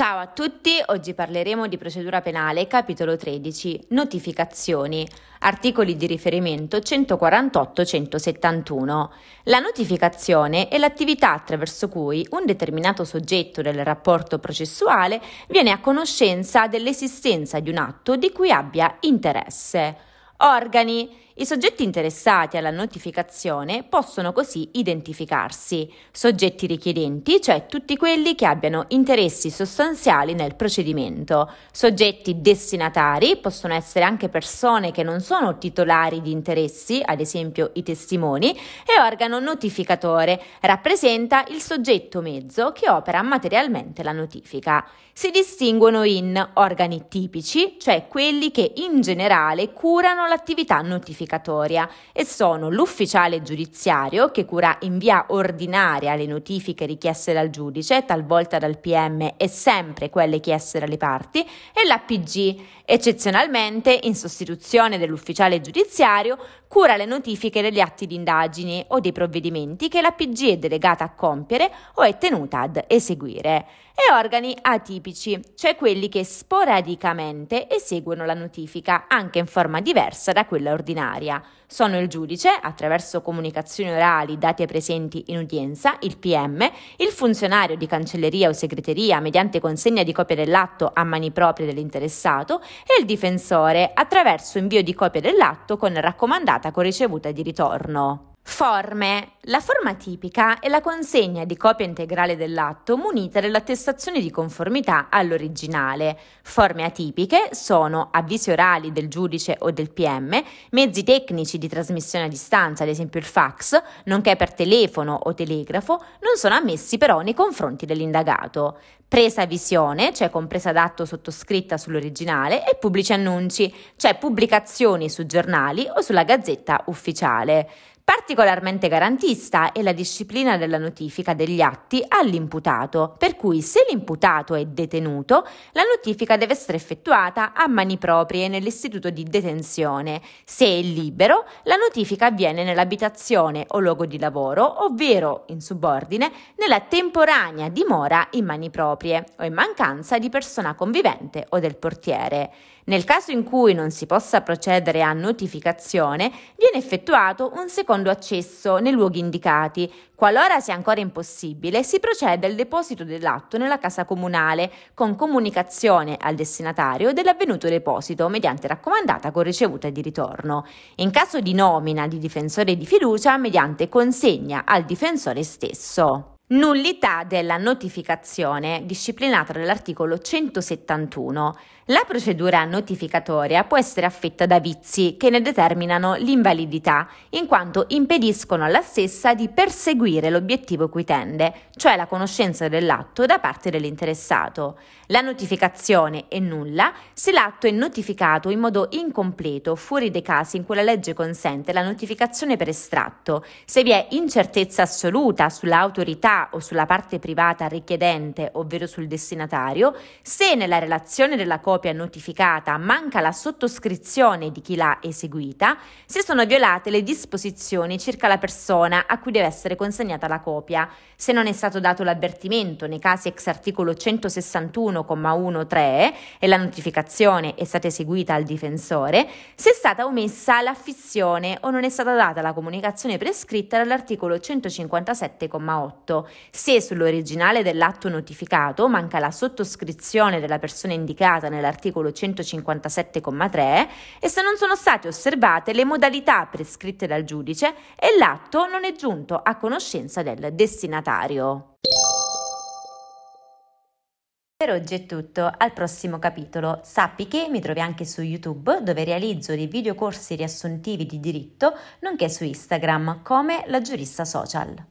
Ciao a tutti, oggi parleremo di procedura penale, capitolo 13, notificazioni, articoli di riferimento 148-171. La notificazione è l'attività attraverso cui un determinato soggetto del rapporto processuale viene a conoscenza dell'esistenza di un atto di cui abbia interesse. Organi. I soggetti interessati alla notificazione possono così identificarsi. Soggetti richiedenti, cioè tutti quelli che abbiano interessi sostanziali nel procedimento. Soggetti destinatari possono essere anche persone che non sono titolari di interessi, ad esempio i testimoni, e organo notificatore rappresenta il soggetto mezzo che opera materialmente la notifica. Si distinguono in organi tipici, cioè quelli che in generale curano l'attività notificatoria, e sono l'ufficiale giudiziario che cura in via ordinaria le notifiche richieste dal giudice, talvolta dal PM e sempre quelle chieste dalle parti, e l'APG, eccezionalmente in sostituzione dell'ufficiale giudiziario, cura le notifiche degli atti di indagine o dei provvedimenti che l'APG è delegata a compiere o è tenuta ad eseguire. E organi atipici, cioè quelli che sporadicamente eseguono la notifica, anche in forma diversa da quella ordinaria. Sono il giudice, attraverso comunicazioni orali date ai presenti in udienza, il PM, il funzionario di cancelleria o segreteria mediante consegna di copia dell'atto a mani proprie dell'interessato e il difensore, attraverso invio di copia dell'atto con raccomandata con ricevuta di ritorno. Forme. La forma tipica è la consegna di copia integrale dell'atto munita dell'attestazione di conformità all'originale. Forme atipiche sono avvisi orali del giudice o del PM, mezzi tecnici di trasmissione a distanza, ad esempio il fax, nonché per telefono o telegrafo, non sono ammessi però nei confronti dell'indagato. Presa visione, cioè compresa d'atto sottoscritta sull'originale, e pubblici annunci, cioè pubblicazioni su giornali o sulla Gazzetta Ufficiale. Particolarmente garantista è la disciplina della notifica degli atti all'imputato, per cui se l'imputato è detenuto, la notifica deve essere effettuata a mani proprie nell'istituto di detenzione. Se è libero, la notifica avviene nell'abitazione o luogo di lavoro, ovvero, in subordine, nella temporanea dimora in mani proprie o in mancanza di persona convivente o del portiere. Nel caso in cui non si possa procedere a notificazione, viene effettuato un secondo accesso nei luoghi indicati. Qualora sia ancora impossibile, si procede al deposito dell'atto nella casa comunale, con comunicazione al destinatario dell'avvenuto deposito mediante raccomandata con ricevuta di ritorno. In caso di nomina di difensore di fiducia, mediante consegna al difensore stesso. Nullità della notificazione, disciplinata dall'articolo 171. La procedura notificatoria può essere affetta da vizi che ne determinano l'invalidità, in quanto impediscono alla stessa di perseguire l'obiettivo cui tende, cioè la conoscenza dell'atto da parte dell'interessato. La notificazione è nulla se l'atto è notificato in modo incompleto, fuori dei casi in cui la legge consente la notificazione per estratto, se vi è incertezza assoluta sull'autorità o sulla parte privata richiedente, ovvero sul destinatario, se nella relazione della copia notificata manca la sottoscrizione di chi l'ha eseguita, se sono violate le disposizioni circa la persona a cui deve essere consegnata la copia, se non è stato dato l'avvertimento nei casi ex articolo 161,1(3) e la notificazione è stata eseguita al difensore, se è stata omessa l'affissione o non è stata data la comunicazione prescritta dall'articolo 157,8, se sull'originale dell'atto notificato manca la sottoscrizione della persona indicata nell'articolo 157,3 e se non sono state osservate le modalità prescritte dal giudice e l'atto non è giunto a conoscenza del destinatario. Per oggi è tutto, al prossimo capitolo. Sappi che mi trovi anche su YouTube, dove realizzo dei videocorsi riassuntivi di diritto, nonché su Instagram come La Giurista Social.